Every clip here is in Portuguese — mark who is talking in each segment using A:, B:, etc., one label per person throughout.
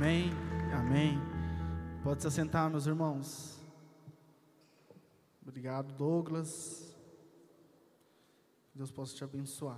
A: Amém, amém. Pode se assentar, meus irmãos. Obrigado, Douglas. Deus possa te abençoar.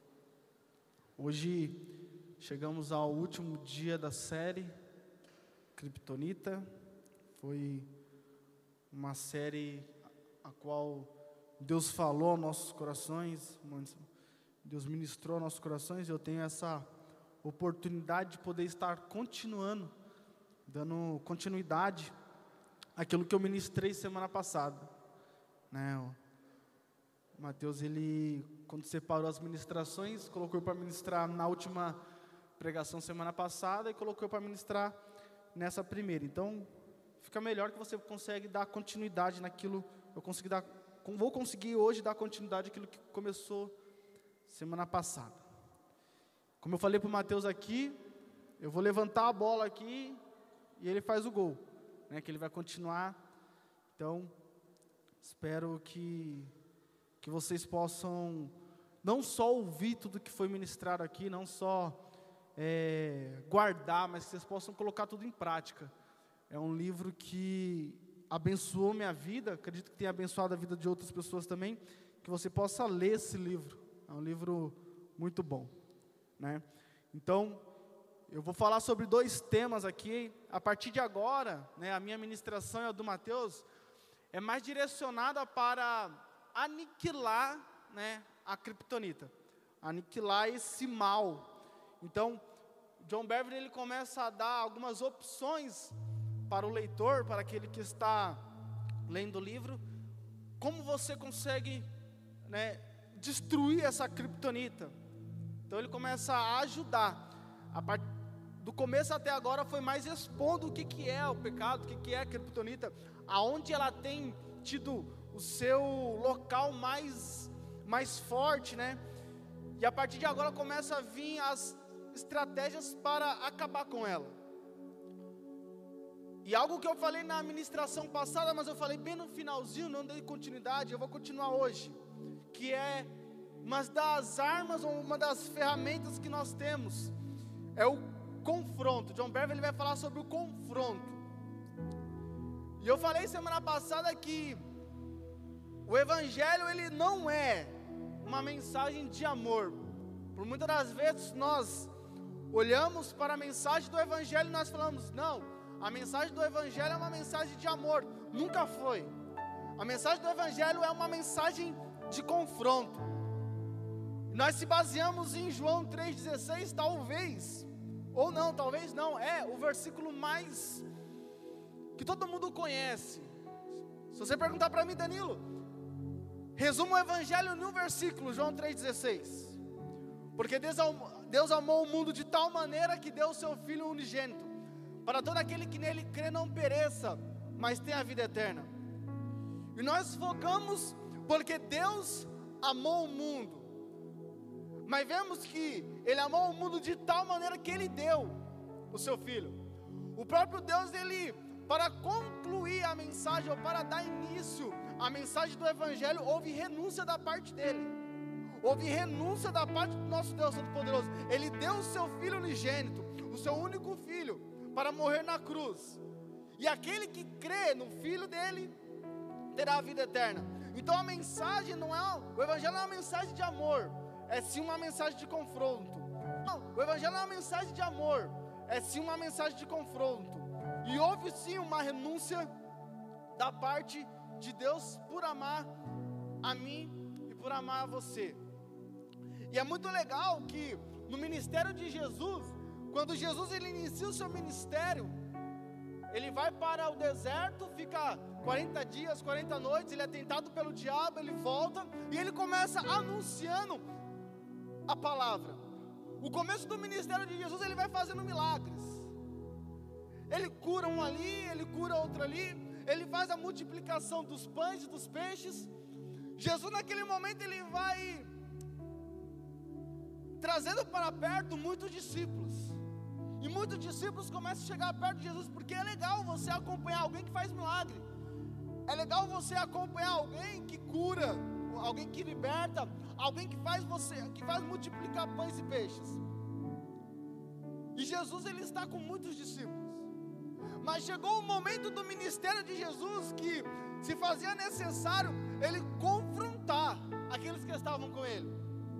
A: Hoje chegamos ao último dia da série Kryptonita. Foi uma série a qual Deus falou aos nossos corações, Deus ministrou aos nossos corações, e eu tenho essa oportunidade de poder estar continuando, dando continuidade àquilo que eu ministrei semana passada, né? O Mateus, ele, quando separou as ministrações, colocou para ministrar na última pregação semana passada e colocou para ministrar nessa primeira. Então, fica melhor que você consegue dar continuidade naquilo. Vou conseguir hoje dar continuidade àquilo que começou semana passada. Como eu falei para o Mateus aqui, eu vou levantar a bola aqui e ele faz o gol, né, que ele vai continuar. Então, espero que vocês possam não só ouvir tudo que foi ministrado aqui, não só guardar, mas que vocês possam colocar tudo em prática. É um livro que abençoou minha vida, acredito que tenha abençoado a vida de outras pessoas também, que você possa ler esse livro. É um livro muito bom, né? Então, eu vou falar sobre 2 temas aqui. A partir de agora, né, a minha ministração e a do Mateus é mais direcionada para aniquilar, né, a Kryptonita, aniquilar esse mal. Então, John Bevere, ele começa a dar algumas opções para o leitor, para aquele que está lendo o livro, como você consegue, né, destruir essa Kryptonita. Então ele começa a ajudar. Do começo até agora foi mais expondo o que é o pecado, o que é a Kryptonita, aonde ela tem tido o seu local mais forte, né? E a partir de agora começa a vir as estratégias para acabar com ela. E algo que eu falei na ministração passada, mas eu falei bem no finalzinho, não dei continuidade, eu vou continuar hoje, que é uma das armas, ou uma das ferramentas que nós temos, é o confronto. John Bevere, ele vai falar sobre o confronto. E eu falei semana passada que o Evangelho, ele não é uma mensagem de amor. Por muitas das vezes nós olhamos para a mensagem do Evangelho e nós falamos, não, a mensagem do Evangelho é uma mensagem de amor. Nunca foi. A mensagem do Evangelho é uma mensagem de confronto. Nós se baseamos em João 3,16, talvez, ou não, talvez não, é o versículo mais que todo mundo conhece. Se você perguntar para mim, Danilo, resuma o Evangelho em um versículo, João 3,16. Porque Deus amou o mundo de tal maneira que deu o seu Filho unigênito, para todo aquele que nele crê não pereça, mas tenha a vida eterna. E nós focamos porque Deus amou o mundo. Mas vemos que Ele amou o mundo de tal maneira que Ele deu o seu Filho. O próprio Deus, Ele, para concluir a mensagem, ou para dar início à mensagem do Evangelho, houve renúncia da parte dEle. Houve renúncia da parte do nosso Deus Todo-Poderoso. Ele deu o seu Filho unigênito, o seu único Filho, para morrer na cruz. E aquele que crê no Filho dEle, terá a vida eterna. Então a mensagem o Evangelho não é uma mensagem de amor, é sim uma mensagem de confronto. Não, o Evangelho não é uma mensagem de amor, é sim uma mensagem de confronto. E houve sim uma renúncia da parte de Deus por amar a mim e por amar a você. E é muito legal que no ministério de Jesus, quando Jesus, ele inicia o seu ministério, ele vai para o deserto, fica 40 dias, 40 noites, ele é tentado pelo diabo, ele volta e ele começa anunciando a palavra. O começo do ministério de Jesus, ele vai fazendo milagres. Ele cura um ali, ele cura outro ali, ele faz a multiplicação dos pães e dos peixes. Jesus, naquele momento, ele vai trazendo para perto muitos discípulos. E muitos discípulos começam a chegar perto de Jesus, porque é legal você acompanhar alguém que faz milagre. É legal você acompanhar alguém que cura, alguém que liberta, alguém que faz multiplicar pães e peixes. E Jesus, ele está com muitos discípulos. Mas chegou o momento do ministério de Jesus que se fazia necessário ele confrontar aqueles que estavam com ele.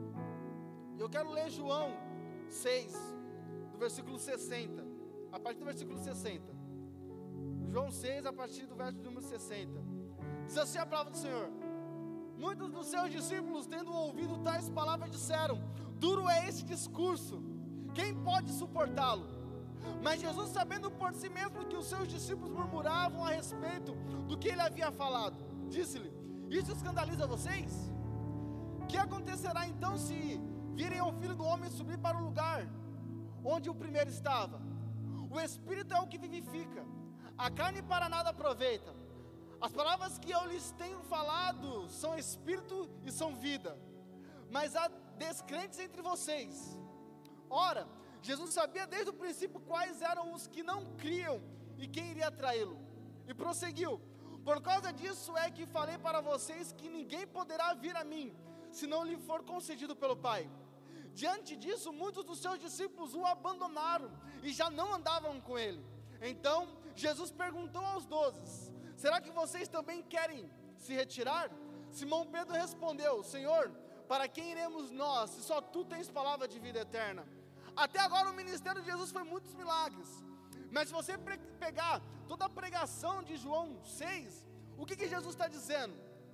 A: Eu quero ler João 6, do versículo 60, a partir do versículo 60. João 6, a partir do verso número 60. Diz assim a palavra do Senhor: muitos dos seus discípulos, tendo ouvido tais palavras, disseram: duro é esse discurso, quem pode suportá-lo? Mas Jesus, sabendo por si mesmo que os seus discípulos murmuravam a respeito do que ele havia falado, disse-lhe: isso escandaliza vocês? Que acontecerá então se virem o Filho do Homem subir para o lugar onde o primeiro estava? O Espírito é o que vivifica, a carne para nada aproveita. As palavras que eu lhes tenho falado são Espírito e são vida. Mas há descrentes entre vocês. Ora, Jesus sabia desde o princípio quais eram os que não criam e quem iria traí-lo. E prosseguiu: por causa disso é que falei para vocês que ninguém poderá vir a mim, se não lhe for concedido pelo Pai. Diante disso, muitos dos seus discípulos o abandonaram e já não andavam com ele. Então, Jesus perguntou aos 12: será que vocês também querem se retirar? Simão Pedro respondeu: Senhor, para quem iremos nós, se só tu tens palavra de vida eterna? Até agora o ministério de Jesus foi muitos milagres. Mas se você pegar toda a pregação de João 6, o que Jesus está dizendo?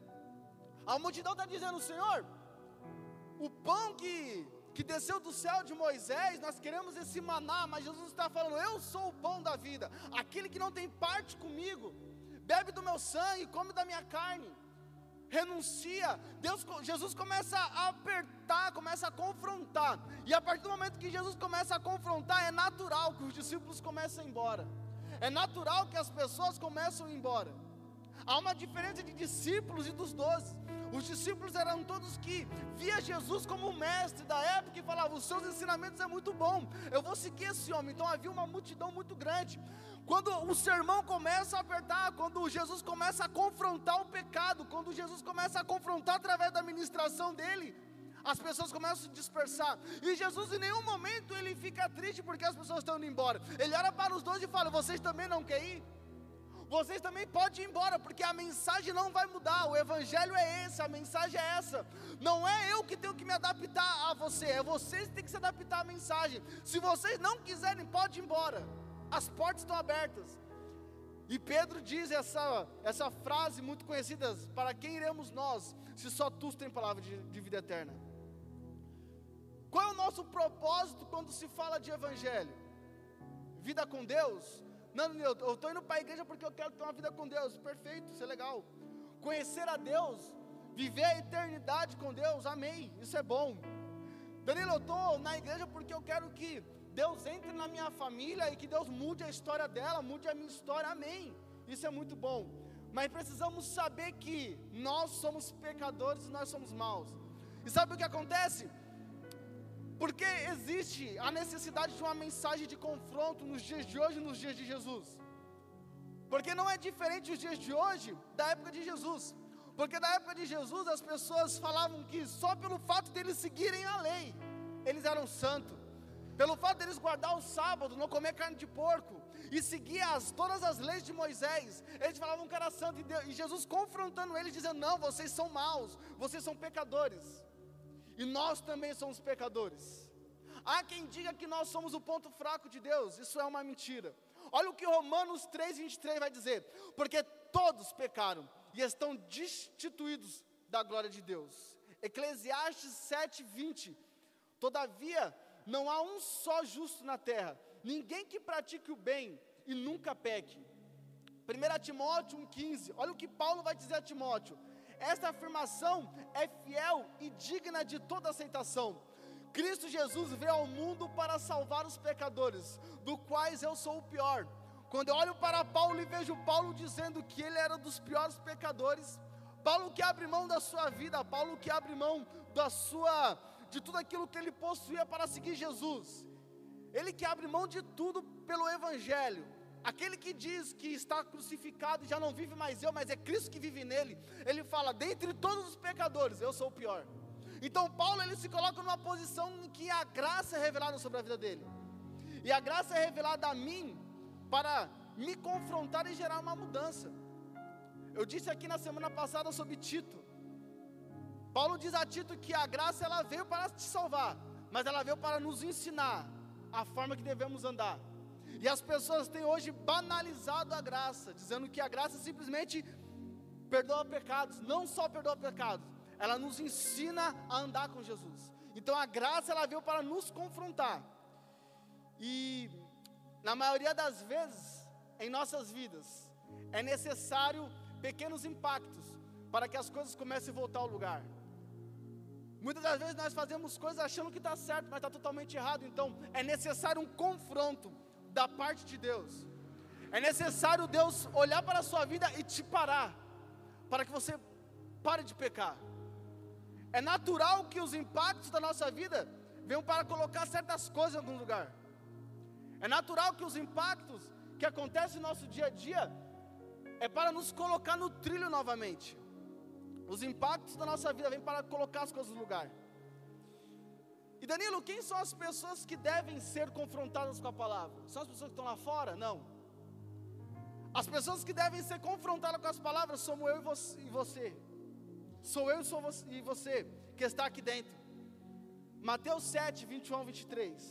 A: A multidão está dizendo: Senhor, o pão que desceu do céu de Moisés, nós queremos esse maná. Mas Jesus está falando: eu sou o pão da vida. Aquele que não tem parte comigo, bebe do meu sangue, come da minha carne, renuncia. Jesus começa a apertar, começa a confrontar. E a partir do momento que Jesus começa a confrontar, é natural que os discípulos comecem a ir embora. É natural que as pessoas começam a ir embora. Há uma diferença de discípulos e dos 12. Os discípulos eram todos que via Jesus como o mestre da época e falavam: os seus ensinamentos é muito bom, eu vou seguir esse homem. Então havia uma multidão muito grande. Quando o sermão começa a apertar, quando Jesus começa a confrontar o pecado, quando Jesus começa a confrontar através da ministração dele, as pessoas começam a se dispersar. E Jesus em nenhum momento ele fica triste porque as pessoas estão indo embora. Ele olha para os 12 e fala: vocês também não querem ir? Vocês também podem ir embora, porque a mensagem não vai mudar. O evangelho é esse, a mensagem é essa. Não é eu que tenho que me adaptar a você, é vocês que têm que se adaptar à mensagem. Se vocês não quiserem, pode ir embora. As portas estão abertas. E Pedro diz essa frase muito conhecida: para quem iremos nós, se só tu tens palavra de vida eterna? Qual é o nosso propósito quando se fala de evangelho? Vida com Deus? Não, eu estou indo para a igreja porque eu quero ter uma vida com Deus. Perfeito, isso é legal. Conhecer a Deus, viver a eternidade com Deus, amém, isso é bom. Danilo, eu estou na igreja porque eu quero que Deus entre na minha família e que Deus mude a história dela, mude a minha história, amém, isso é muito bom. Mas precisamos saber que nós somos pecadores e nós somos maus. E sabe o que acontece? Porque existe a necessidade de uma mensagem de confronto nos dias de hoje e nos dias de Jesus. Porque não é diferente os dias de hoje da época de Jesus. Porque na época de Jesus as pessoas falavam que só pelo fato deles seguirem a lei, eles eram santos. Pelo fato deles guardar o sábado, não comer carne de porco e seguir todas as leis de Moisés, eles falavam que era santo. E Jesus confrontando eles, dizendo: não, vocês são maus, vocês são pecadores. E nós também somos pecadores. Há quem diga que nós somos o ponto fraco de Deus. Isso é uma mentira. Olha o que Romanos 3:23 vai dizer: porque todos pecaram e estão destituídos da glória de Deus. Eclesiastes 7:20: todavia não há um só justo na terra, ninguém que pratique o bem e nunca peque. 1 Timóteo 1:15, olha o que Paulo vai dizer a Timóteo: esta afirmação é fiel e digna de toda aceitação. Cristo Jesus veio ao mundo para salvar os pecadores, do quais eu sou o pior. Quando eu olho para Paulo e vejo Paulo dizendo que ele era dos piores pecadores, Paulo que abre mão da sua vida, Paulo que abre mão de tudo aquilo que ele possuía para seguir Jesus, ele que abre mão de tudo pelo evangelho, aquele que diz que está crucificado e já não vive mais eu, mas é Cristo que vive nele, ele fala: dentre todos os pecadores, eu sou o pior. Então Paulo ele se coloca numa posição em que a graça é revelada sobre a vida dele. E a graça é revelada a mim para me confrontar e gerar uma mudança. Eu disse aqui na semana passada sobre Tito. Paulo diz a Tito que a graça ela veio para te salvar, mas ela veio para nos ensinar a forma que devemos andar. E as pessoas têm hoje banalizado a graça, dizendo que a graça simplesmente perdoa pecados. Não só perdoa pecados, ela nos ensina a andar com Jesus. Então a graça ela veio para nos confrontar. E na maioria das vezes em nossas vidas é necessário pequenos impactos para que as coisas comecem a voltar ao lugar. Muitas das vezes nós fazemos coisas achando que está certo, mas está totalmente errado. Então é necessário um confronto da parte de Deus. É necessário Deus olhar para a sua vida e te parar, para que você pare de pecar. É natural que os impactos da nossa vida venham para colocar certas coisas em algum lugar. É natural que os impactos que acontecem no nosso dia a dia é para nos colocar no trilho novamente. Os impactos da nossa vida vêm para colocar as coisas no lugar. E Danilo, quem são as pessoas que devem ser confrontadas com a palavra? São as pessoas que estão lá fora? Não. As pessoas que devem ser confrontadas com as palavras somos eu e você. Sou eu e você que está aqui dentro. Mateus 7, 21 a 23.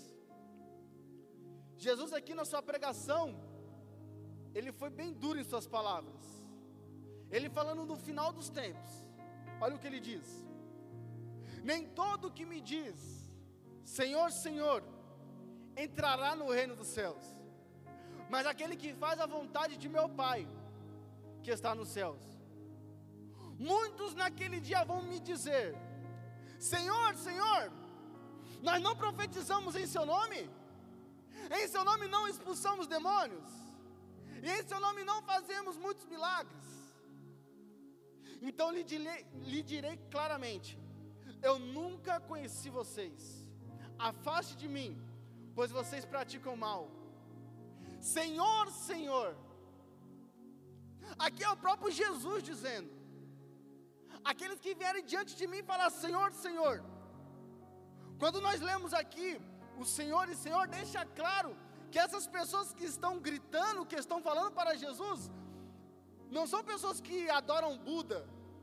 A: Jesus aqui na sua pregação, ele foi bem duro em suas palavras. Ele falando no final dos tempos, olha o que ele diz: nem todo que me diz Senhor, Senhor, entrará no reino dos céus, mas aquele que faz a vontade de meu Pai, que está nos céus. Muitos naquele dia vão me dizer: Senhor, Senhor, nós não profetizamos em seu nome? Em seu nome não expulsamos demônios? E em seu nome não fazemos muitos milagres? Então lhe direi claramente: eu nunca conheci vocês. Afaste de mim, pois vocês praticam mal. Senhor, Senhor. Aqui é o próprio Jesus dizendo. Aqueles que vierem diante de mim falar Senhor, Senhor. Quando nós lemos aqui o Senhor e Senhor, deixa claro que essas pessoas que estão gritando, que estão falando para Jesus, não são pessoas que adoram Buda,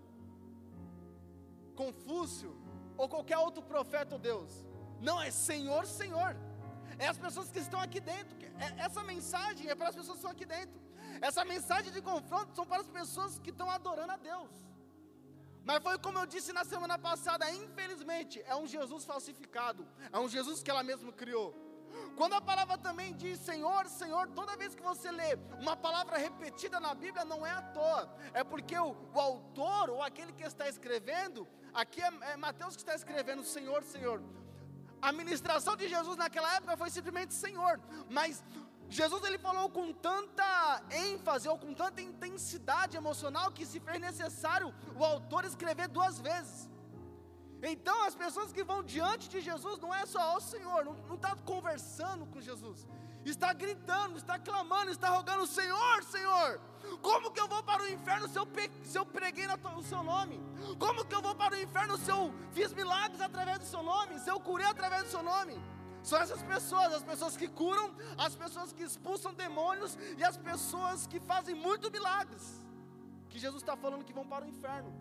A: Confúcio ou qualquer outro profeta ou Deus. Não, é Senhor, Senhor. É as pessoas que estão aqui dentro. Essa mensagem é para as pessoas que estão aqui dentro. Essa mensagem de confronto são para as pessoas que estão adorando a Deus. Mas foi como eu disse na semana passada, infelizmente, é um Jesus falsificado. É um Jesus que ela mesma criou. Quando a palavra também diz Senhor, Senhor, toda vez que você lê uma palavra repetida na Bíblia, não é à toa. É porque o autor, ou aquele que está escrevendo, aqui é Mateus que está escrevendo Senhor, Senhor. A ministração de Jesus naquela época foi simplesmente Senhor. Mas Jesus ele falou com tanta ênfase, ou com tanta intensidade emocional, que se fez necessário o autor escrever 2 vezes. Então as pessoas que vão diante de Jesus, não é só o Senhor, não está conversando com Jesus, está gritando, está clamando, está rogando: Senhor, Senhor, como que eu vou para o inferno se eu preguei no seu nome? Como que eu vou para o inferno se eu fiz milagres através do seu nome, se eu curei através do seu nome? São essas pessoas, as pessoas que curam, as pessoas que expulsam demônios e as pessoas que fazem muitos milagres, que Jesus está falando que vão para o inferno.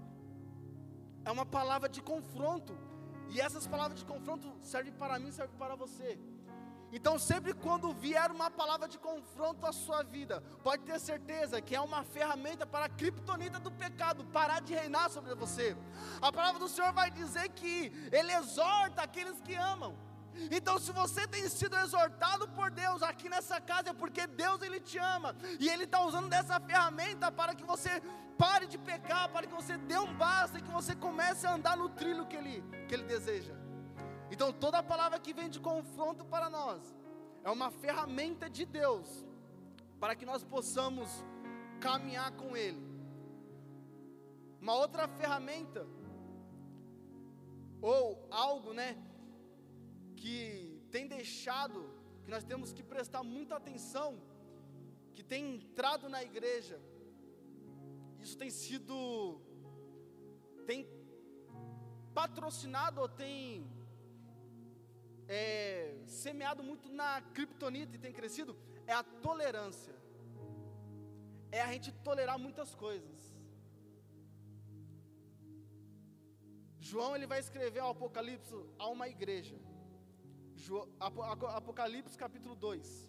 A: É uma palavra de confronto, e essas palavras de confronto servem para mim, servem para você. Então sempre quando vier uma palavra de confronto à sua vida, pode ter certeza que é uma ferramenta para a criptonita do pecado parar de reinar sobre você. A palavra do Senhor vai dizer que Ele exorta aqueles que amam. Então se você tem sido exortado por Deus aqui nessa casa, é porque Deus ele te ama, e Ele está usando dessa ferramenta para que você pare de pecar, para que você dê um basta e que você comece a andar no trilho que Ele deseja. Então toda palavra que vem de confronto para nós é uma ferramenta de Deus para que nós possamos caminhar com Ele. Uma outra ferramenta, ou algo, que tem deixado, que nós temos que prestar muita atenção, que tem entrado na igreja, isso tem patrocinado ou tem semeado muito na criptonita e tem crescido, é a tolerância. É a gente tolerar muitas coisas. João, ele vai escrever o Apocalipse a uma igreja. Apocalipse capítulo 2.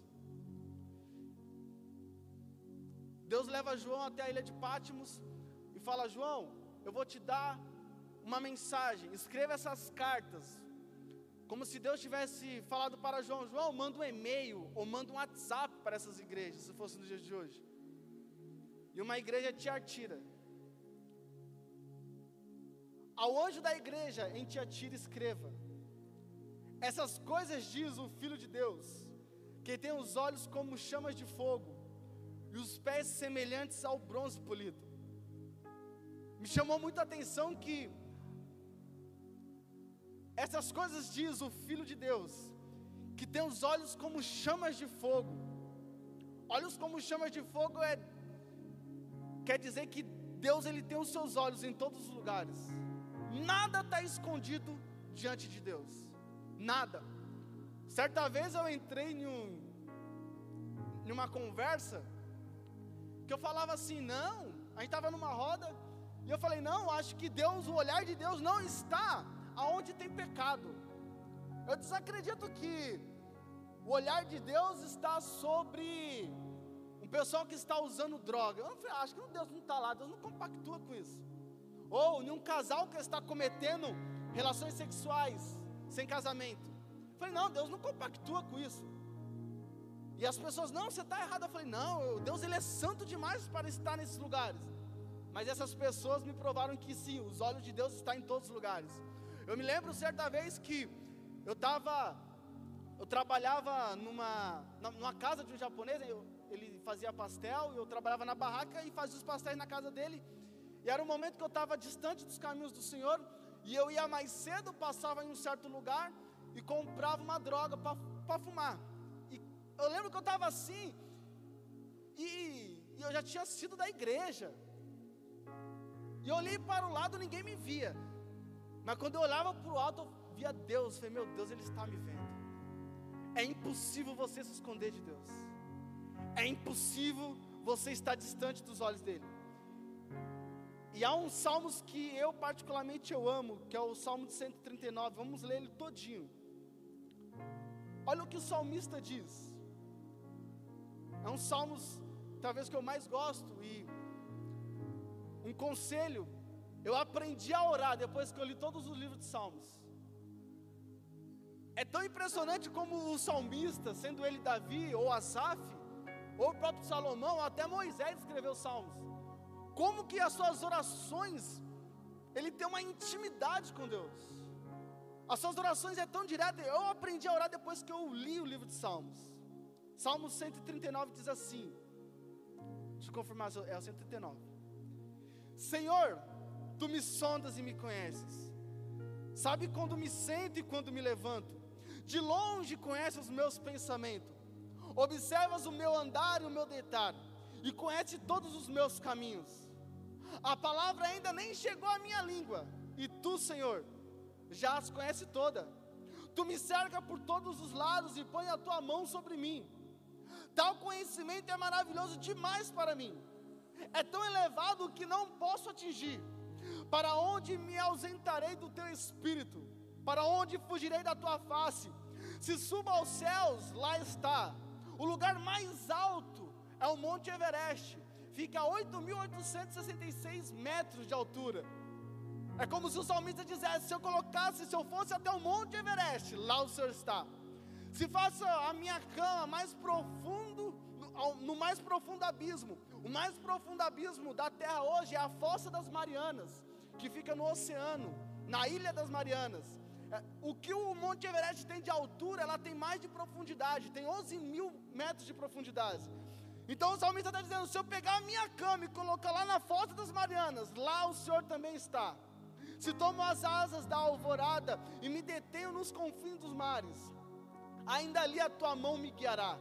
A: Deus leva João até a ilha de Patmos e fala: João, eu vou te dar uma mensagem, escreva essas cartas. Como se Deus tivesse falado para João: João, manda um e-mail ou manda um WhatsApp para essas igrejas, se fosse nos dias de hoje. E uma igreja de Tiatira. Ao anjo da igreja em Tiatira escreva: essas coisas diz o Filho de Deus, que tem os olhos como chamas de fogo e os pés semelhantes ao bronze polido. Me chamou muita atenção que essas coisas diz o Filho de Deus, que tem os olhos como chamas de fogo. Olhos como chamas de fogo quer dizer que Deus, ele tem os seus olhos em todos os lugares. Nada está escondido diante de Deus. Nada. Certa vez eu entrei em uma conversa que eu falava assim: não, a gente estava numa roda e eu falei: não, acho que Deus, o olhar de Deus não está aonde tem pecado. Eu desacredito que o olhar de Deus está sobre um pessoal que está usando droga. Eu falei: acho que Deus não está lá, Deus não compactua com isso. Ou em um casal que está cometendo relações sexuais sem casamento. Eu falei: não, Deus não compactua com isso. E as pessoas: não, você está errado. Eu falei: não, Deus, ele é santo demais para estar nesses lugares. Mas essas pessoas me provaram que sim, os olhos de Deus estão em todos os lugares. Eu me lembro certa vez que eu trabalhava numa casa de um japonês. Ele fazia pastel, eu trabalhava na barraca e fazia os pastéis na casa dele. E era um momento que eu estava distante dos caminhos do Senhor, e eu ia mais cedo, passava em um certo lugar e comprava uma droga para fumar. E eu lembro que eu estava assim, e eu já tinha sido da igreja, e eu olhei para o lado, ninguém me via, mas quando eu olhava para o alto, eu via Deus. Eu falei: meu Deus, Ele está me vendo. É impossível você se esconder de Deus. É impossível você estar distante dos olhos dEle. E há uns salmos que eu particularmente amo, que é o Salmo de 139, vamos ler ele todinho. Olha o que o salmista diz. É um salmos, talvez, que eu mais gosto. E um conselho, eu aprendi a orar depois que eu li todos os livros de salmos. É tão impressionante como o salmista, sendo ele Davi, ou Asaf, ou o próprio Salomão, ou até Moisés escreveu salmos. Como que as suas orações, ele tem uma intimidade com Deus. As suas orações é tão direta. Eu aprendi a orar depois que eu li o livro de Salmos. Salmo 139 diz assim, deixa eu confirmar, é o 139. Senhor, Tu me sondas e me conheces. Sabe quando me sento e quando me levanto. De longe conheces os meus pensamentos. Observas o meu andar e o meu deitar. E conhece todos os meus caminhos. A palavra ainda nem chegou à minha língua, e Tu, Senhor, já as conhece toda. Tu me cerca por todos os lados e põe a Tua mão sobre mim. Tal conhecimento é maravilhoso demais para mim. É tão elevado que não posso atingir. Para onde me ausentarei do Teu Espírito? Para onde fugirei da Tua face? Se subo aos céus, lá está. O lugar mais alto é o Monte Everest, fica a 8.866 metros de altura. É como se o salmista dissesse: se eu fosse até o Monte Everest, lá o Senhor está. Se faço a minha cama mais profundo, no mais profundo abismo. O mais profundo abismo da terra hoje é a Fossa das Marianas, que fica no oceano, na Ilha das Marianas. O que o Monte Everest tem de altura, ela tem mais de profundidade, tem 11.000 metros de profundidade. Então o salmista está dizendo: se eu pegar a minha cama e colocar lá na Fossa das Marianas, lá o Senhor também está. Se tomo as asas da alvorada e me detenho nos confins dos mares, ainda ali a Tua mão me guiará,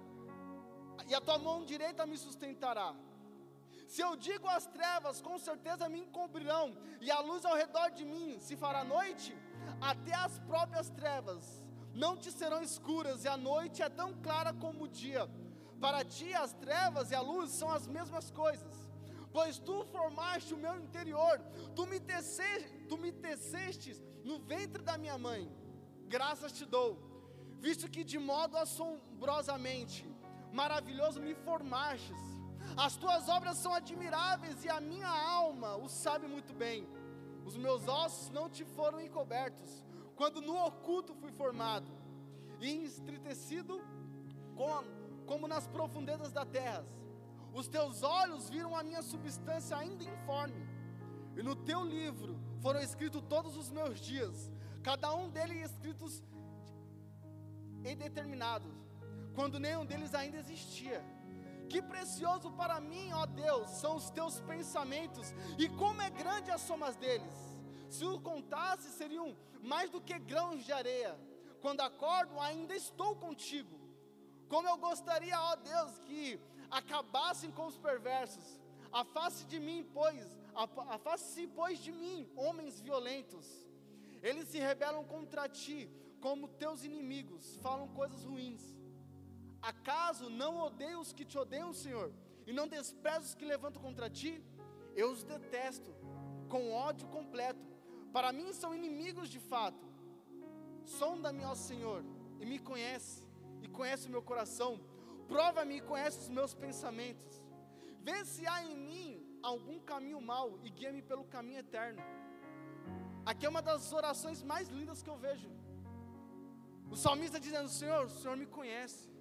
A: e a Tua mão direita me sustentará. Se eu digo às trevas, com certeza me encobrirão, e a luz ao redor de mim se fará noite, até as próprias trevas não te serão escuras, e a noite é tão clara como o dia. Para ti as trevas e a luz são as mesmas coisas. Pois tu formaste o meu interior, tu me tecestes no ventre da minha mãe. Graças te dou, visto que de modo assombrosamente maravilhoso me formastes. As tuas obras são admiráveis, e a minha alma o sabe muito bem. Os meus ossos não te foram encobertos, quando no oculto fui formado, e entretecido como nas profundezas da terra. Os teus olhos viram a minha substância ainda informe, e no teu livro foram escritos todos os meus dias, cada um deles escritos e determinados, quando nenhum deles ainda existia. Que precioso para mim, ó Deus, são os teus pensamentos, e como é grande a soma deles. Se o contasse, seriam mais do que grãos de areia. Quando acordo, ainda estou contigo. Como eu gostaria, ó Deus, que acabassem com os perversos. Afaste-se, pois, de mim, homens violentos. Eles se rebelam contra ti, como teus inimigos, falam coisas ruins. Acaso não odeio os que te odeiam, Senhor, e não desprezo os que levantam contra ti? Eu os detesto, com ódio completo. Para mim são inimigos de fato. Sonda-me, ó Senhor, e me conhece, e conhece o meu coração. Prova-me e conhece os meus pensamentos. Vê se há em mim algum caminho mau, e guia-me pelo caminho eterno. Aqui é uma das orações mais lindas que eu vejo. O salmista dizendo: Senhor, o Senhor me conhece.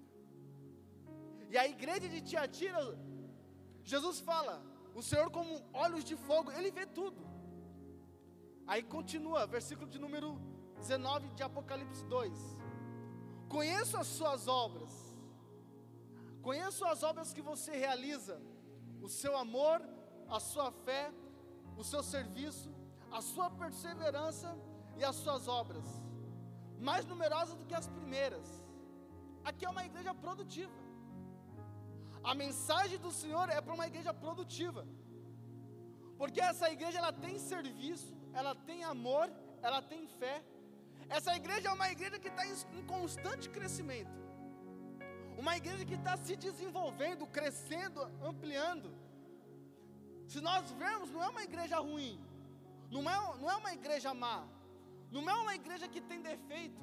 A: E a igreja de Tiatira, Jesus fala: o Senhor como olhos de fogo, Ele vê tudo. Aí continua, versículo de número 19 de Apocalipse 2. Conheço as suas obras, conheço as obras que você realiza, o seu amor, a sua fé, o seu serviço, a sua perseverança e as suas obras, mais numerosas do que as primeiras. Aqui é uma igreja produtiva. A mensagem do Senhor é para uma igreja produtiva, porque essa igreja ela tem serviço, ela tem amor, ela tem fé. Essa igreja é uma igreja que está em constante crescimento, uma igreja que está se desenvolvendo, crescendo, ampliando. Se nós vermos, não é uma igreja ruim, não é uma igreja má, não é uma igreja que tem defeito.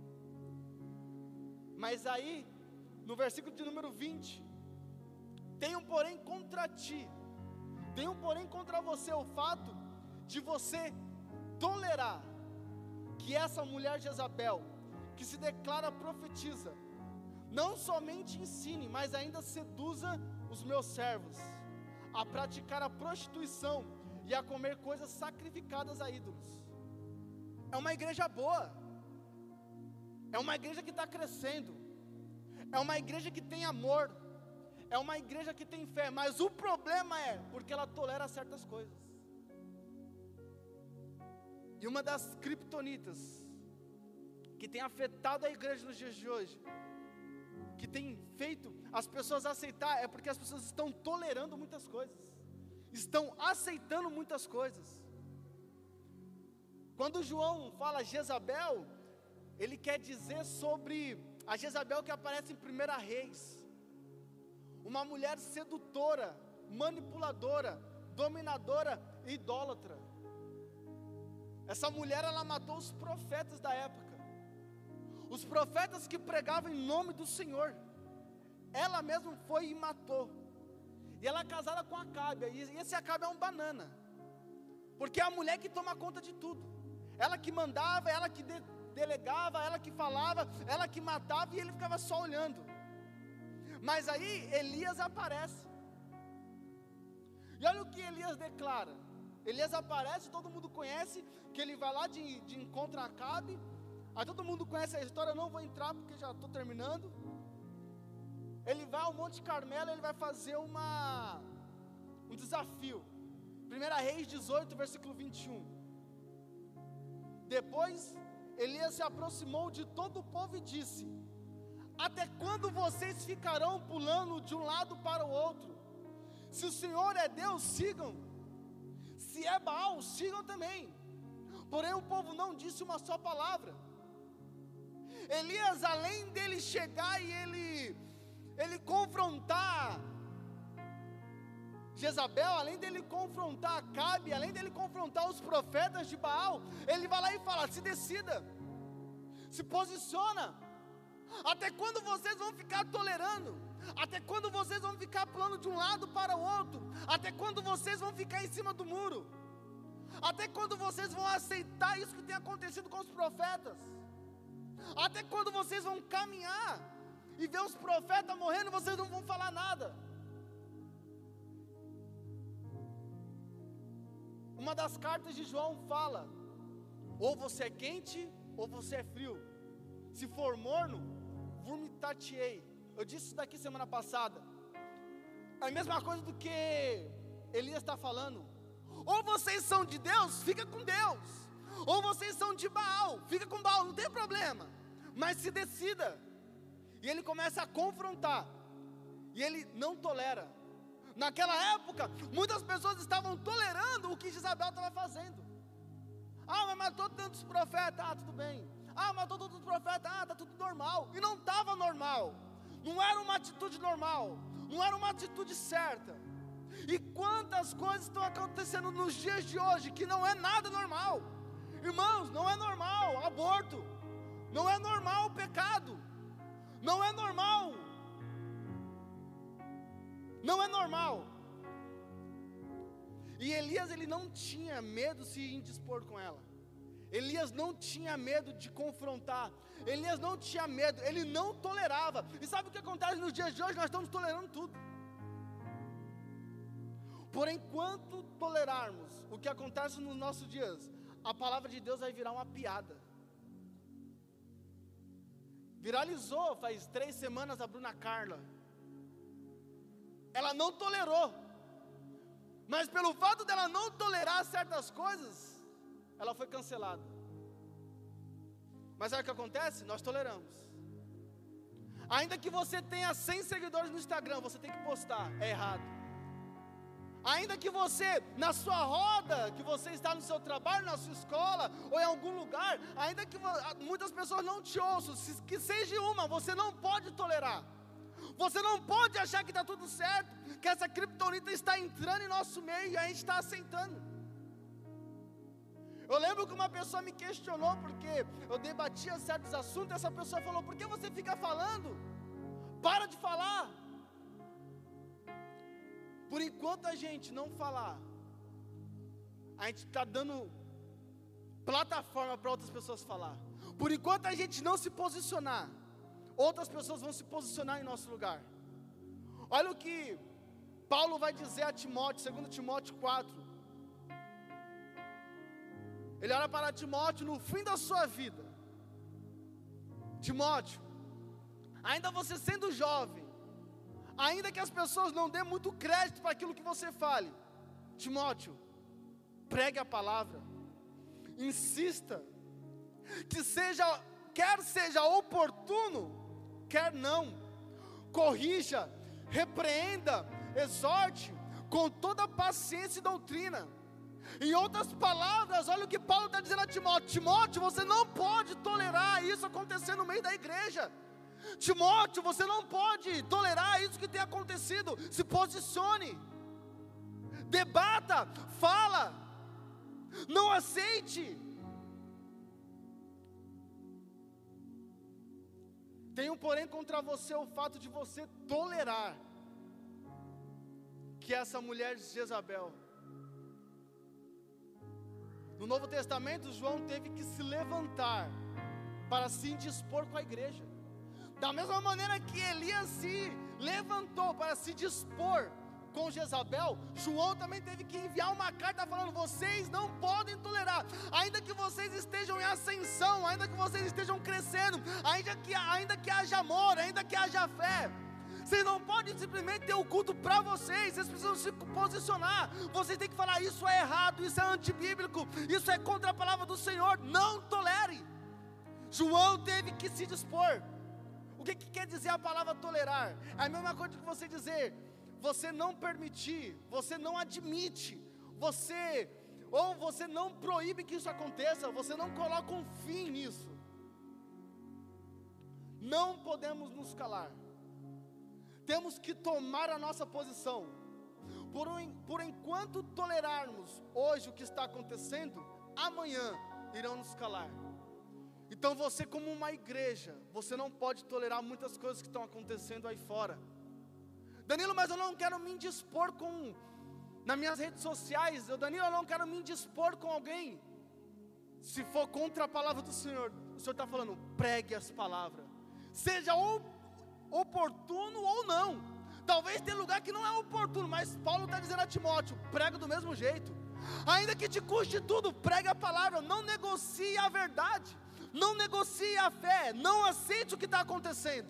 A: Mas aí, no versículo de número 20, tenho porém contra ti, tenho porém contra você o fato de você tolerar que essa mulher Jezabel, que se declara profetiza, não somente ensine, mas ainda seduza os meus servos a praticar a prostituição e a comer coisas sacrificadas a ídolos. É uma igreja boa, é uma igreja que está crescendo, é uma igreja que tem amor, é uma igreja que tem fé, mas o problema é porque ela tolera certas coisas. E uma das criptonitas que tem afetado a igreja nos dias de hoje, que tem feito as pessoas aceitar, é porque as pessoas estão tolerando muitas coisas, estão aceitando muitas coisas. Quando João fala Jezabel, ele quer dizer sobre a Jezabel que aparece em 1 Reis, uma mulher sedutora, manipuladora, dominadora e idólatra. Essa mulher, ela matou os profetas da época, os profetas que pregavam em nome do Senhor. Ela mesma foi e matou. E ela é casada com Acabe, e esse Acabe é um banana, porque é a mulher que toma conta de tudo, ela que mandava, ela que delegava, ela que falava, ela que matava, e ele ficava só olhando. Mas aí Elias aparece, e olha o que Elias declara. Elias aparece, todo mundo conhece, que ele vai lá de encontro a Acabe. Aí todo mundo conhece a história, eu não vou entrar porque já estou terminando. Ele vai ao Monte Carmelo, ele vai fazer um desafio. 1 Reis 18, versículo 21. Depois, Elias se aproximou de todo o povo e disse: até quando vocês ficarão pulando de um lado para o outro? Se o Senhor é Deus, sigam. Se é Baal, sigam também. Porém o povo não disse uma só palavra. Elias, além dele chegar e ele confrontar Jezabel, além dele confrontar Acabe, além dele confrontar os profetas de Baal, ele vai lá e fala: se decida, se posiciona. Até quando vocês vão ficar tolerando? Até quando vocês vão ficar pulando de um lado para o outro? Até quando vocês vão ficar em cima do muro? Até quando vocês vão aceitar isso que tem acontecido com os profetas? Até quando vocês vão caminhar e ver os profetas morrendo e vocês não vão falar nada? Uma das cartas de João fala: ou você é quente ou você é frio. Se for morno, vomitar-te-ei. Eu disse isso daqui semana passada. É a mesma coisa do que Elias está falando. Ou vocês são de Deus, fica com Deus. Ou vocês são de Baal, fica com Baal, não tem problema. Mas se decida. E ele começa a confrontar. E ele não tolera. Naquela época, muitas pessoas estavam tolerando o que Jezabel estava fazendo. Mas matou tantos profetas, tudo bem. Matou todos os profetas, está tudo normal. E não estava normal. Não era uma atitude normal. Não era uma atitude certa. E quantas coisas estão acontecendo nos dias de hoje que não é nada normal. Irmãos, não é normal aborto. Não é normal o pecado. Não é normal. Não é normal. E Elias, ele não tinha medo de se indispor com ela. Elias não tinha medo de confrontar. Elias não tinha medo, ele não tolerava. E sabe o que acontece nos dias de hoje? Nós estamos tolerando tudo. Porém, enquanto tolerarmos o que acontece nos nossos dias, a palavra de Deus vai virar uma piada. Viralizou faz 3 semanas a Bruna Carla. Ela não tolerou. Mas pelo fato dela não tolerar certas coisas, ela foi cancelada. Mas sabe o que acontece? Nós toleramos. Ainda que você tenha 100 seguidores no Instagram, você tem que postar, é errado. Ainda que você, na sua roda, que você está no seu trabalho, na sua escola, ou em algum lugar, ainda que muitas pessoas não te ouçam, que seja uma, você não pode tolerar. Você não pode achar que está tudo certo, que essa criptonita está entrando em nosso meio e a gente está aceitando. Eu lembro que uma pessoa me questionou porque eu debatia certos assuntos, e essa pessoa falou: por que você fica falando? Para de falar. Por enquanto a gente não falar, a gente está dando plataforma para outras pessoas falar. Por enquanto a gente não se posicionar, outras pessoas vão se posicionar em nosso lugar. Olha o que Paulo vai dizer a Timóteo, 2 Timóteo 4. Ele olha para Timóteo no fim da sua vida. Timóteo, ainda você sendo jovem, ainda que as pessoas não dêem muito crédito para aquilo que você fale, Timóteo, pregue a palavra, insista, quer seja oportuno, quer não, corrija, repreenda, exorte, com toda paciência e doutrina. Em outras palavras, olha o que Paulo está dizendo a Timóteo: Timóteo, você não pode tolerar isso acontecer no meio da igreja. Timóteo, você não pode tolerar isso que tem acontecido. Se posicione, debata, fala, não aceite. Tenho, porém, contra você o fato de você tolerar que essa mulher de Jezabel. No Novo Testamento, João teve que se levantar para se indispor com a igreja. Da mesma maneira que Elias se levantou para se dispor com Jezabel, João também teve que enviar uma carta falando: vocês não podem tolerar, ainda que vocês estejam em ascensão, ainda que vocês estejam crescendo, ainda que haja amor, ainda que haja fé, vocês não podem simplesmente ter o culto para vocês precisam se posicionar, vocês têm que falar: isso é errado, isso é antibíblico, isso é contra a palavra do Senhor, não tolere. João teve que se dispor. O que quer dizer a palavra tolerar? É a mesma coisa que você dizer: você não permitir, você não admite, você não proíbe que isso aconteça, você não coloca um fim nisso. não podemos nos calar. Temos que tomar a nossa posição. Por enquanto tolerarmos hoje o que está acontecendo, amanhã irão nos calar. Então você, como uma igreja, você não pode tolerar muitas coisas que estão acontecendo aí fora. Danilo, mas eu não quero me indispor nas minhas redes sociais. Danilo, eu não quero me indispor com alguém. Se for contra a palavra do Senhor, o Senhor está falando, pregue as palavras. Seja oportuno ou não. Talvez tenha lugar que não é oportuno, mas Paulo está dizendo a Timóteo, prega do mesmo jeito. Ainda que te custe tudo, pregue a palavra. Não negocie a verdade. Não negocie a fé. Não aceite o que está acontecendo.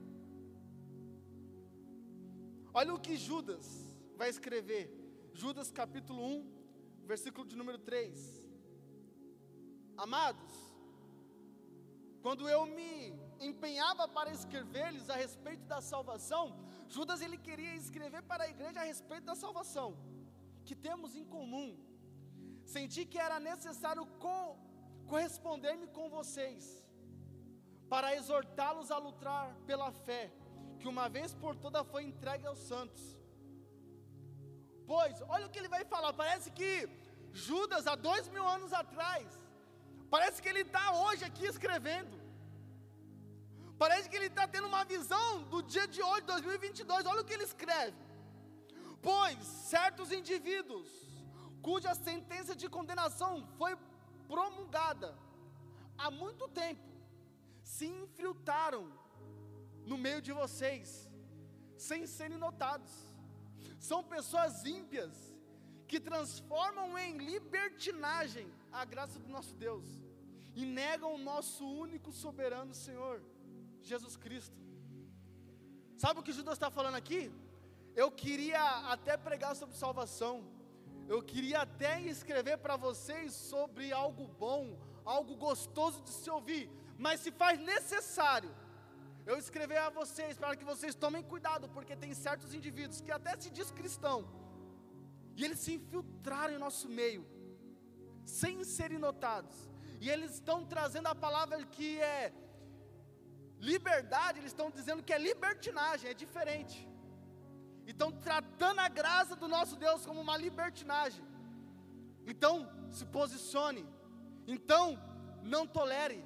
A: Olha o que Judas vai escrever. Judas capítulo 1, versículo de número 3. Amados, quando eu me empenhava para escrever-lhes a respeito da salvação, Judas ele queria escrever para a igreja a respeito da salvação que temos em comum. Senti que era necessário corresponder-me com vocês, para exortá-los a lutar pela fé, que uma vez por todas foi entregue aos santos. Pois, olha o que ele vai falar, parece que Judas há 2000 anos atrás, parece que ele está hoje aqui escrevendo, parece que ele está tendo uma visão do dia de hoje, 2022, olha o que ele escreve. Pois certos indivíduos, cuja sentença de condenação foi promulgada há muito tempo, se infiltraram no meio de vocês, sem serem notados. São pessoas ímpias, que transformam em libertinagem a graça do nosso Deus, e negam o nosso único soberano Senhor, Jesus Cristo. Sabe o que Judas está falando aqui? Eu queria até pregar sobre salvação, eu queria até escrever para vocês sobre algo bom, algo gostoso de se ouvir, mas se faz necessário eu escrever a vocês, para que vocês tomem cuidado, porque tem certos indivíduos que até se diz cristão, e eles se infiltraram em nosso meio, sem serem notados, e eles estão trazendo a palavra que é liberdade, eles estão dizendo que é libertinagem, é diferente. E estão tratando a graça do nosso Deus como uma libertinagem. Então, se posicione. Então, não tolere.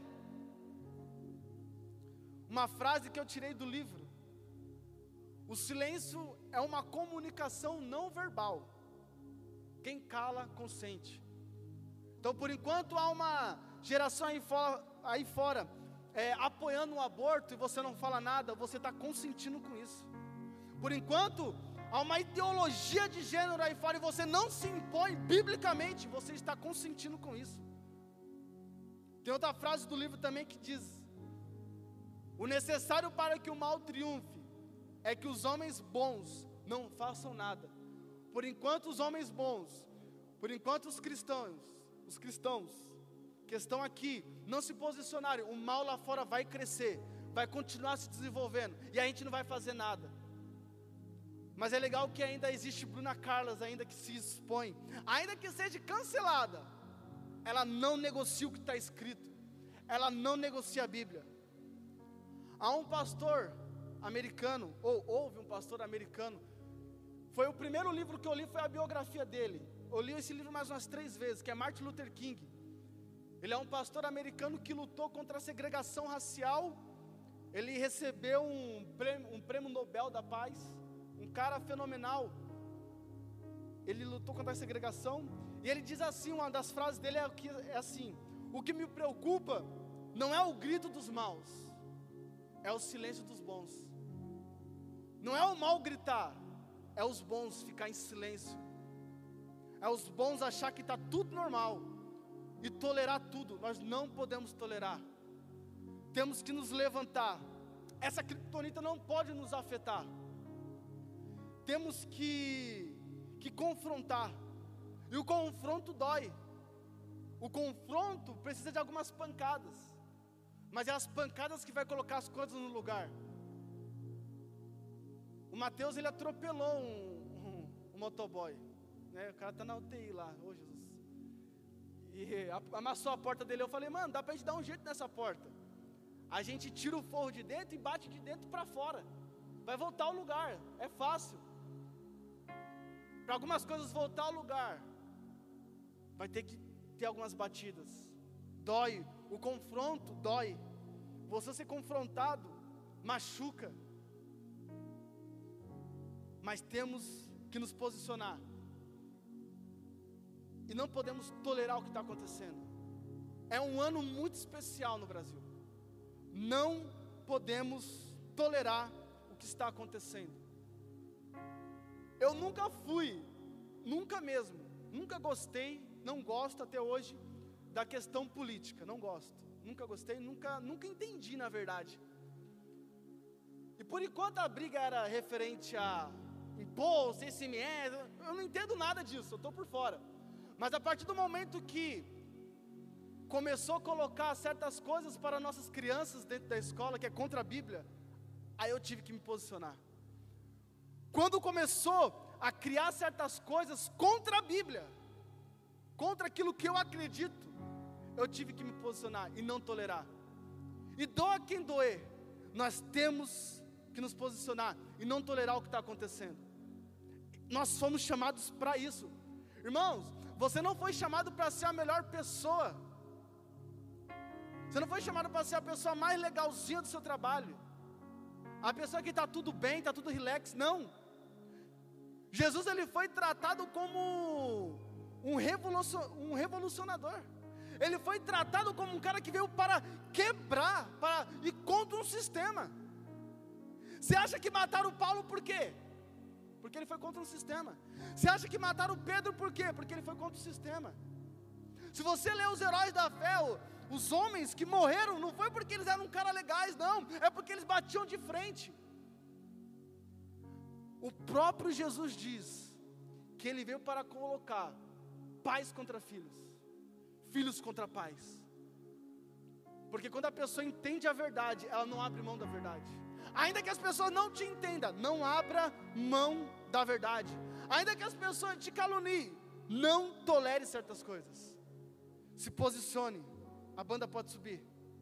A: Uma frase que eu tirei do livro: o silêncio é uma comunicação não verbal. Quem cala, consente. Então, por enquanto há uma geração aí fora apoiando o aborto, e você não fala nada, você está consentindo com isso. Por enquanto há uma ideologia de gênero aí fora, e você não se impõe biblicamente, você está consentindo com isso. Tem outra frase do livro também que diz: o necessário para que o mal triunfe é que os homens bons não façam nada. Por enquanto os homens bons, por enquanto os cristãos que estão aqui não se posicionarem, o mal lá fora vai crescer, vai continuar se desenvolvendo, e a gente não vai fazer nada. Mas é legal que ainda existe Bruna Carlas, ainda que se expõe, ainda que seja cancelada, ela não negocia o que está escrito, ela não negocia a Bíblia. Há um pastor americano, ou houve um pastor americano, foi o primeiro livro que eu li, foi a biografia dele. Eu li esse livro mais umas 3 vezes, que é Martin Luther King. Ele é um pastor americano que lutou contra a segregação racial. Ele recebeu um prêmio Nobel da Paz, um cara fenomenal. Ele lutou contra a segregação, e ele diz assim, uma das frases dele é assim: o que me preocupa não é o grito dos maus, é o silêncio dos bons. Não é o mal gritar, é os bons ficar em silêncio, é os bons achar que está tudo normal, e tolerar tudo. Nós não podemos tolerar, temos que nos levantar. Essa criptonita não pode nos afetar, temos que confrontar, e o confronto dói, o confronto precisa de algumas pancadas, mas é as pancadas que vai colocar as coisas no lugar. O Mateus, ele atropelou um motoboy, né? O cara está na UTI lá, ô Jesus, e amassou a porta dele. Eu falei: mano, dá para a gente dar um jeito nessa porta. a gente tira o forro de dentro e bate de dentro para fora. Vai voltar ao lugar, é fácil. Para algumas coisas voltar ao lugar, vai ter que ter algumas batidas. Dói, o confronto dói. Você ser confrontado machuca. Mas temos que nos posicionar. E não podemos tolerar o que está acontecendo. É um ano muito especial no Brasil. Não podemos tolerar o que está acontecendo. Eu nunca fui, nunca mesmo, nunca gostei, não gosto até hoje da questão política, não gosto. Nunca gostei, nunca entendi na verdade. E por enquanto a briga era referente a imposto, ICMS, eu não entendo nada disso, eu estou por fora. Mas a partir do momento que começou a colocar certas coisas para nossas crianças dentro da escola, que é contra a Bíblia, aí eu tive que me posicionar. Quando começou a criar certas coisas contra a Bíblia, contra aquilo que eu acredito, eu tive que me posicionar e não tolerar. E doa quem doer, nós temos que nos posicionar e não tolerar o que está acontecendo. Nós fomos chamados para isso. Irmãos, você não foi chamado para ser a melhor pessoa. Você não foi chamado para ser a pessoa mais legalzinha do seu trabalho, a pessoa que está tudo bem, está tudo relax, não. Jesus, ele foi tratado como um revolucionador. Ele foi tratado como um cara que veio para quebrar, para ir contra um sistema. Você acha que mataram Paulo por quê? Porque ele foi contra um sistema. Você acha que mataram Pedro por quê? Porque ele foi contra o sistema. Se você ler os heróis da fé, os homens que morreram, não foi porque eles eram caras legais, não. É porque eles batiam de frente. O próprio Jesus diz que ele veio para colocar pais contra filhos, filhos contra pais. Porque quando a pessoa entende a verdade, ela não abre mão da verdade. Ainda que as pessoas não te entendam, não abra mão da verdade. Ainda que as pessoas te caluniem, não tolere certas coisas. Se posicione. A banda pode subir.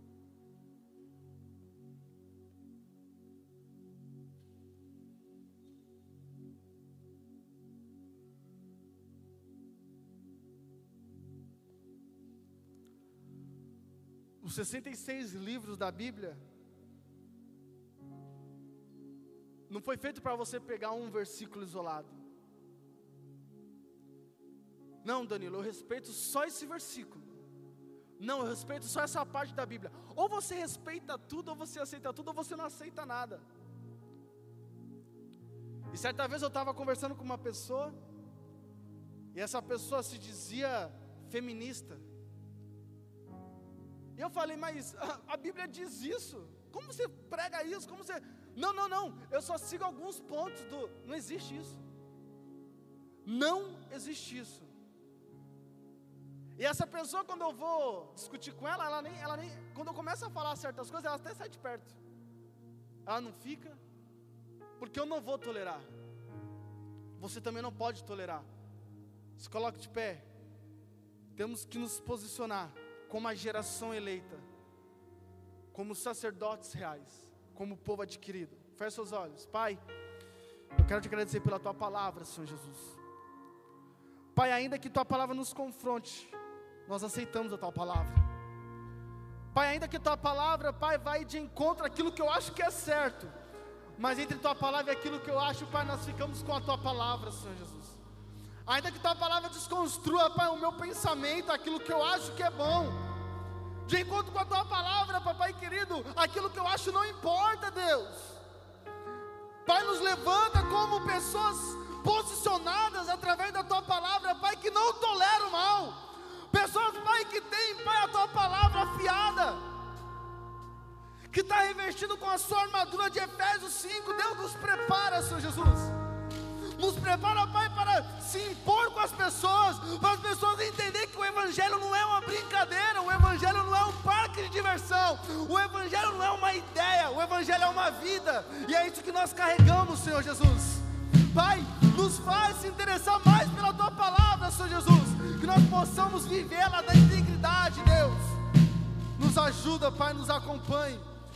A: Os 66 livros da Bíblia não foi feito para você pegar um versículo isolado. Não, Danilo, eu respeito só esse versículo. Não, eu respeito só essa parte da Bíblia. Ou você respeita tudo, ou você aceita tudo, ou você não aceita nada. E certa vez eu estava conversando com uma pessoa, e essa pessoa se dizia feminista. E eu falei, mas a Bíblia diz isso. Como você prega isso? Como você... Não, eu só sigo alguns pontos do... Não existe isso. Não existe isso. E essa pessoa, quando eu vou discutir com ela, ela nem quando eu começo a falar certas coisas, ela até sai de perto. Ela não fica, porque eu não vou tolerar. Você também não pode tolerar. Se coloque de pé. Temos que nos posicionar como a geração eleita, como sacerdotes reais, como povo adquirido. Feche seus olhos. Pai, eu quero te agradecer pela Tua palavra, Senhor Jesus. Pai, ainda que Tua palavra nos confronte, nós aceitamos a Tua palavra. Pai, ainda que Tua palavra, Pai, vai de encontro àquilo que eu acho que é certo, mas entre Tua palavra e aquilo que eu acho, Pai, nós ficamos com a Tua palavra, Senhor Jesus. Ainda que Tua palavra desconstrua, Pai, o meu pensamento, aquilo que eu acho que é bom, de encontro com a Tua palavra, Papai querido, aquilo que eu acho não importa, Deus. Pai, nos levanta como pessoas posicionadas através da Tua palavra, Pai, que não toleram o mal. Pessoas, Pai, que tem, Pai, a Tua palavra afiada, que está revestido com a sua armadura de Efésios 5. Deus nos prepara, Senhor Jesus. Nos prepara, Pai, para se impor com as pessoas, para as pessoas entenderem que o Evangelho não é uma brincadeira, o Evangelho não é um parque de diversão, o Evangelho não é uma ideia, o Evangelho é uma vida, e é isso que nós carregamos, Senhor Jesus. Pai, nos faz se interessar mais pela Tua palavra, Senhor Jesus, que nós possamos viver ela da integridade, Deus. Nos ajuda, Pai, nos acompanhe,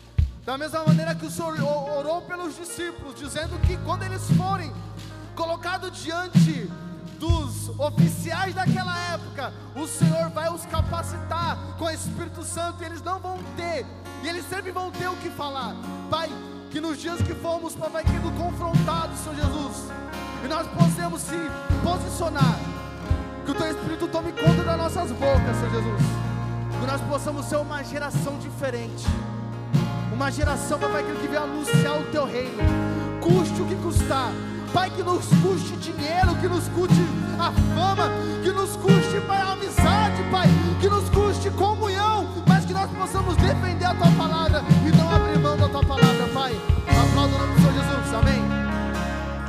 A: Da mesma maneira que o Senhor orou pelos discípulos, dizendo que quando eles forem colocados diante dos oficiais daquela época, o Senhor vai os capacitar com o Espírito Santo, e eles não vão ter, e eles sempre vão ter o que falar. Pai, que nos dias que formos, Pai, sendo confrontados, Senhor Jesus, e nós possamos se posicionar, que o Teu Espírito tome conta das nossas bocas, Senhor Jesus, que nós possamos ser uma geração diferente, uma geração, Pai, que venha anunciar o Teu reino, custe o que custar. Pai, que nos custe dinheiro, que nos custe a